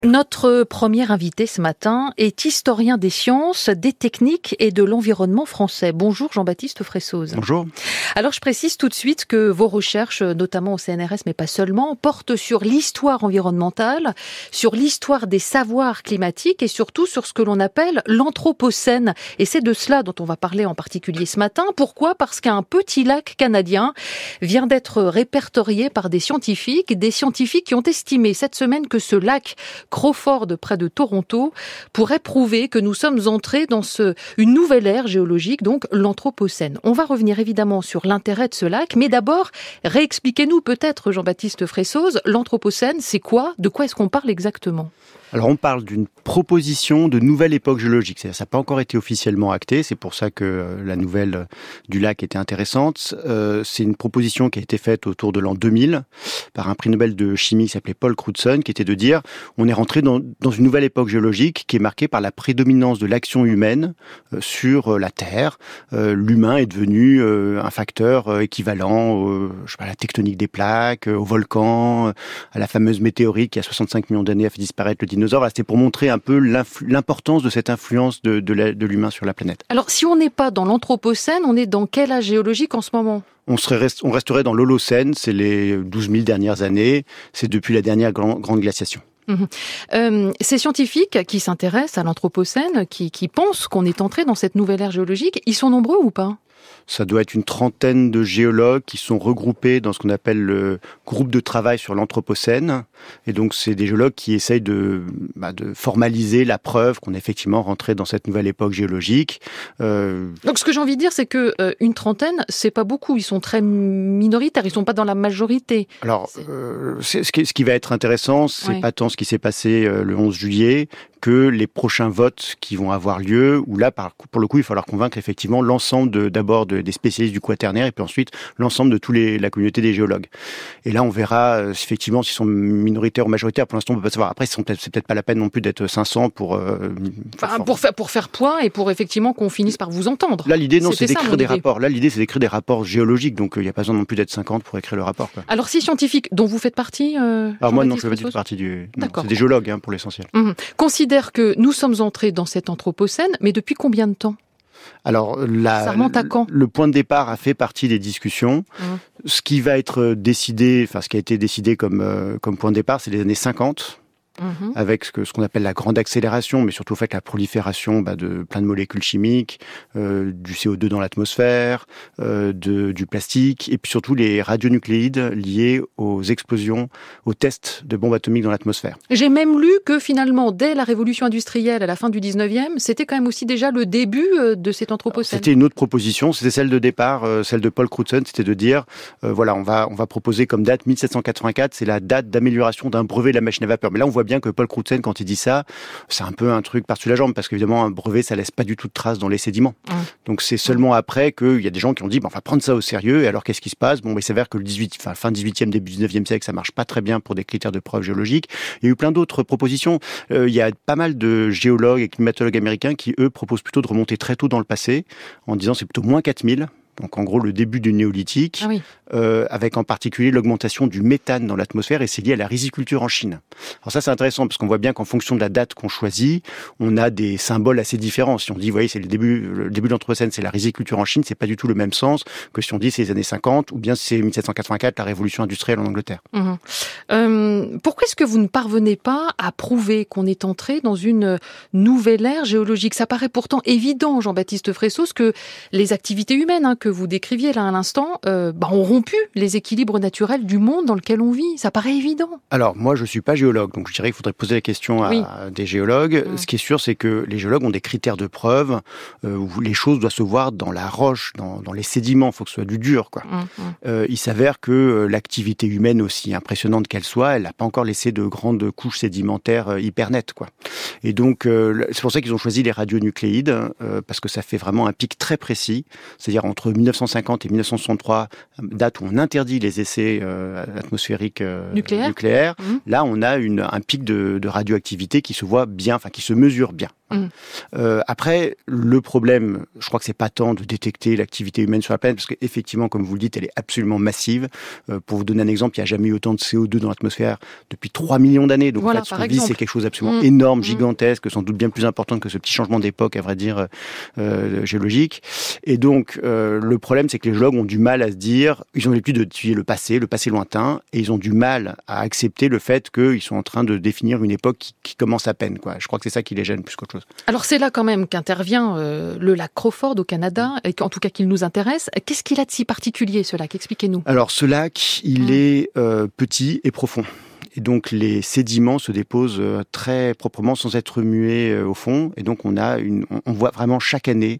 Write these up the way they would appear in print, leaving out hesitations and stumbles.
Notre premier invité ce matin est historien des sciences, des techniques et de l'environnement français. Bonjour Jean-Baptiste Fressoz. Bonjour. Alors je précise tout de suite que vos recherches, notamment au CNRS mais pas seulement, portent sur l'histoire environnementale, sur l'histoire des savoirs climatiques et surtout sur ce que l'on appelle l'anthropocène. Et c'est de cela dont on va parler en particulier ce matin. Pourquoi ? Parce qu'un petit lac canadien vient d'être répertorié par des scientifiques qui ont estimé cette semaine que ce lac Crawford, près de Toronto, pourrait prouver que nous sommes entrés dans une nouvelle ère géologique, donc l'Anthropocène. On va revenir évidemment sur l'intérêt de ce lac, mais d'abord, réexpliquez-nous peut-être, Jean-Baptiste Fressoz, l'Anthropocène, c'est quoi ? De quoi est-ce qu'on parle exactement ? Alors on parle d'une proposition de nouvelle époque géologique, c'est-à-dire ça n'a pas encore été officiellement acté, c'est pour ça que la nouvelle du lac était intéressante. C'est une proposition qui a été faite autour de l'an 2000 par un prix Nobel de chimie qui s'appelait Paul Crutzen, qui était de dire on est rentré dans une nouvelle époque géologique qui est marquée par la prédominance de l'action humaine sur la Terre. L'humain est devenu un facteur équivalent à la tectonique des plaques, au volcan, à la fameuse météorite qui a 65 millions d'années a fait disparaître le dinosaure. C'était pour montrer un peu l'importance de cette influence de l'humain sur la planète. Alors si on n'est pas dans l'Anthropocène, on est dans quel âge géologique en ce moment ? On resterait dans l'Holocène, c'est les 12 000 dernières années, c'est depuis la dernière grande glaciation. Ces scientifiques qui s'intéressent à l'Anthropocène, qui pensent qu'on est entré dans cette nouvelle ère géologique, ils sont nombreux ou pas ? Ça doit être une trentaine de géologues qui sont regroupés dans ce qu'on appelle le groupe de travail sur l'Anthropocène. Et donc, c'est des géologues qui essayent de formaliser la preuve qu'on est effectivement rentré dans cette nouvelle époque géologique. Donc, ce que j'ai envie de dire, c'est que une trentaine, c'est pas beaucoup. Ils sont très minoritaires. Ils sont pas dans la majorité. Alors, ce qui va être intéressant, c'est pas tant ce qui s'est passé le 11 juillet que les prochains votes qui vont avoir lieu, où là, pour le coup, il va falloir convaincre effectivement l'ensemble d'abord des spécialistes du quaternaire et puis ensuite l'ensemble de la communauté des géologues. Et là, on verra effectivement s'ils sont minoritaires ou majoritaires. Pour l'instant, on peut pas savoir. Après, c'est peut-être pas la peine non plus d'être 500 pour faire point et pour effectivement qu'on finisse par vous entendre. Là, l'idée, c'est d'écrire des rapports. Là, l'idée, c'est d'écrire des rapports géologiques. Donc, il n'y a pas besoin non plus d'être 50 pour écrire le rapport, quoi. Alors, 6 scientifiques dont vous faites partie Alors moi, non, je fais pas du tout partie du... Non, c'est des géologues, pour l'essentiel. Considère que nous sommes entrés dans cet Anthropocène, mais depuis combien de temps ? Alors, ça remonte à quand ? Le point de départ a fait partie des discussions. Ce qui va être décidé, ce qui a été décidé comme point de départ, c'est les années 50. Avec ce qu'on appelle la grande accélération, mais surtout la prolifération de plein de molécules chimiques, du CO2 dans l'atmosphère, du plastique, et puis surtout les radionucléides liés aux explosions, aux tests de bombes atomiques dans l'atmosphère. J'ai même lu que finalement, dès la révolution industrielle à la fin du 19e, c'était quand même aussi déjà le début de cet Anthropocène. C'était une autre proposition, c'était celle de départ, celle de Paul Crutzen, c'était de dire, on va proposer comme date 1784, c'est la date d'amélioration d'un brevet de la machine à vapeur. Mais là, on voit bien que Paul Crutzen, quand il dit ça, c'est un peu un truc par-dessus la jambe, parce qu'évidemment, un brevet, ça laisse pas du tout de traces dans les sédiments. Donc c'est seulement après qu'il y a des gens qui ont dit, on va prendre ça au sérieux, et alors qu'est-ce qui se passe ? Il s'avère que fin 18e, début 19e siècle, ça marche pas très bien pour des critères de preuve géologiques. Il y a eu plein d'autres propositions. Il y a pas mal de géologues et climatologues américains qui, eux, proposent plutôt de remonter très tôt dans le passé, en disant c'est plutôt moins 4000. Donc en gros le début du néolithique, avec en particulier l'augmentation du méthane dans l'atmosphère, et c'est lié à la riziculture en Chine. Alors ça c'est intéressant parce qu'on voit bien qu'en fonction de la date qu'on choisit, on a des symboles assez différents. Si on dit, vous voyez, c'est le début de l'Anthropocène, c'est la riziculture en Chine, c'est pas du tout le même sens que si on dit c'est les années 50 ou bien c'est 1784, la révolution industrielle en Angleterre. Pourquoi est-ce que vous ne parvenez pas à prouver qu'on est entré dans une nouvelle ère géologique ? Ça paraît pourtant évident, Jean-Baptiste Fressoz, que les activités humaines que vous décriviez là à l'instant, ont rompu les équilibres naturels du monde dans lequel on vit. Ça paraît évident. Alors, moi, je suis pas géologue, donc je dirais qu'il faudrait poser la question à des géologues. Ce qui est sûr, c'est que les géologues ont des critères de preuve où les choses doivent se voir dans la roche, dans les sédiments. Il faut que ce soit du dur, quoi. Il s'avère que l'activité humaine, aussi impressionnante qu'elle soit, elle n'a pas encore laissé de grandes couches sédimentaires hyper nettes, quoi. Et donc, c'est pour ça qu'ils ont choisi les radionucléides, parce que ça fait vraiment un pic très précis, c'est-à-dire entre 1950 et 1963, date où on interdit les essais atmosphériques nucléaires. Là, on a un pic de radioactivité qui se voit bien, qui se mesure bien. Après, le problème, je crois que c'est pas tant de détecter l'activité humaine sur la planète, parce qu'effectivement, comme vous le dites, elle est absolument massive. Pour vous donner un exemple, il n'y a jamais eu autant de CO2 dans l'atmosphère depuis 3 millions d'années. Donc, voilà, en fait, ce qu'on vit, c'est quelque chose d'absolument énorme, gigantesque, sans doute bien plus important que ce petit changement d'époque, à vrai dire, géologique. Et donc, le problème, c'est que les géologues ont du mal à se dire, ils ont l'habitude d'étudier le passé lointain, et ils ont du mal à accepter le fait qu'ils sont en train de définir une époque qui commence à peine, quoi. Je crois que c'est ça qui les gêne plus qu'autre chose. Alors c'est là quand même qu'intervient le lac Crawford au Canada, et en tout cas qu'il nous intéresse. Qu'est-ce qu'il a de si particulier, ce lac? Expliquez-nous. Alors ce lac, il est petit et profond. Et donc les sédiments se déposent très proprement sans être remués au fond. Et donc on voit vraiment chaque année,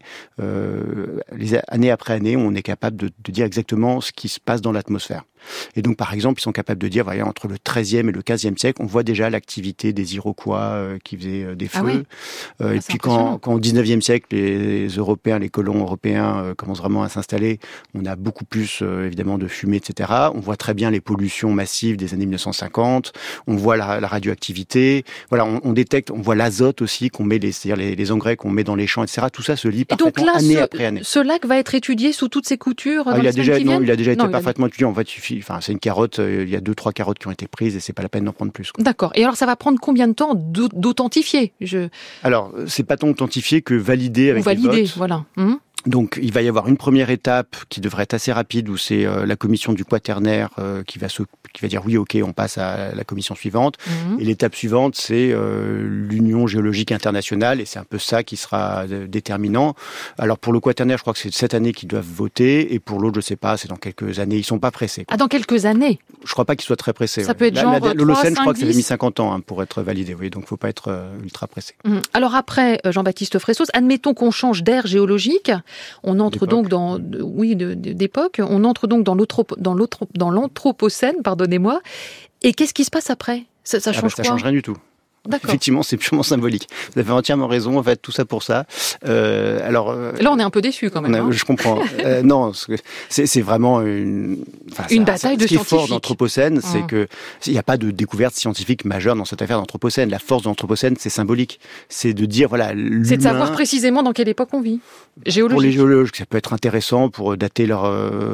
année après année, on est capable de dire exactement ce qui se passe dans l'atmosphère. Et donc, par exemple, ils sont capables de dire, voyez, entre le XIIIe et le XVe siècle, on voit déjà l'activité des Iroquois qui faisaient des feux. Et puis quand au XIXe siècle, les Européens, les colons européens commencent vraiment à s'installer, on a beaucoup plus, évidemment, de fumée, etc. On voit très bien les pollutions massives des années 1950. On voit la radioactivité. Voilà, on détecte, on voit l'azote aussi qu'on met, c'est-à-dire les engrais qu'on met dans les champs, etc. Tout ça se lit parfaitement année après année. Ce lac va être étudié sous toutes ses coutures dans il a déjà été Non, parfaitement étudié. En fait, c'est une carotte, il y a 2-3 carottes qui ont été prises et c'est pas la peine d'en prendre plus, quoi. D'accord. Et alors, ça va prendre combien de temps d'authentifier? Alors, c'est pas tant authentifier que valider avec les votes. Voilà. Donc, il va y avoir une première étape qui devrait être assez rapide, où c'est la commission du Quaternaire qui va dire oui, ok, on passe à la commission suivante. Et l'étape suivante, c'est l'Union géologique internationale, et c'est un peu ça qui sera déterminant. Alors, pour le Quaternaire, je crois que c'est cette année qu'ils doivent voter, et pour l'autre, je sais pas, c'est dans quelques années. Ils sont pas pressés, quoi. Ah, dans quelques années? Je crois pas qu'ils soient très pressés. Ça peut être genre l'Holocène, je crois que ça a 10. mis 50 ans pour être validé, oui, donc faut pas être ultra pressé. Alors après, Jean-Baptiste Fressoz, admettons qu'on change d'ère géologique. On entre donc d'époque. On entre donc dans l'Anthropocène, pardonnez-moi. Et qu'est-ce qui se passe après? Ça change quoi? Ça change rien du tout. D'accord. Effectivement, c'est purement symbolique. Vous avez entièrement raison, en fait, tout ça pour ça. Là, on est un peu déçus quand même. Je comprends. Non, c'est vraiment une bataille de scientifiques. Ce qui est fort d'Anthropocène, c'est que il n'y a pas de découverte scientifique majeure dans cette affaire d'Anthropocène. La force de l'Anthropocène, c'est symbolique. C'est de dire, voilà, l'humain... C'est de savoir précisément dans quelle époque on vit. Géologique. Pour les géologues, ça peut être intéressant pour dater leurs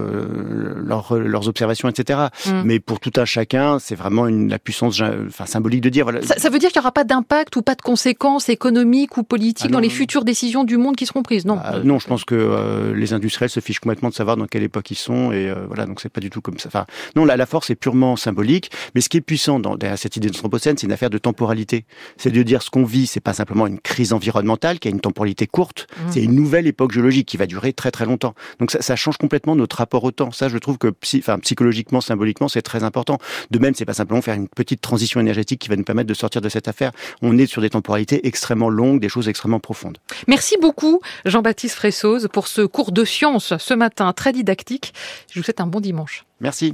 observations, etc. Mais pour tout un chacun, c'est vraiment la puissance symbolique de dire... Voilà. Ça veut dire qu'il n'y aura pas d'impact ou pas de conséquences économiques ou politiques dans les futures décisions du monde qui seront prises? Non. Non, je pense que les industriels se fichent complètement de savoir dans quelle époque ils sont, et voilà, donc c'est pas du tout comme ça. Enfin, non, la force est purement symbolique, mais ce qui est puissant derrière cette idée d'Anthropocène, c'est une affaire de temporalité. C'est de dire ce qu'on vit, c'est pas simplement une crise environnementale qui a une temporalité courte, c'est une nouvelle époque géologique qui va durer très très longtemps. Donc ça change complètement notre rapport au temps. Ça, je trouve que psychologiquement, symboliquement, c'est très important. De même, c'est pas simplement faire une petite transition énergétique qui va nous permettre de sortir de cette affaire. On est sur des temporalités extrêmement longues, des choses extrêmement profondes. Merci beaucoup, Jean-Baptiste Fressoz, pour ce cours de science ce matin très didactique. Je vous souhaite un bon dimanche. Merci.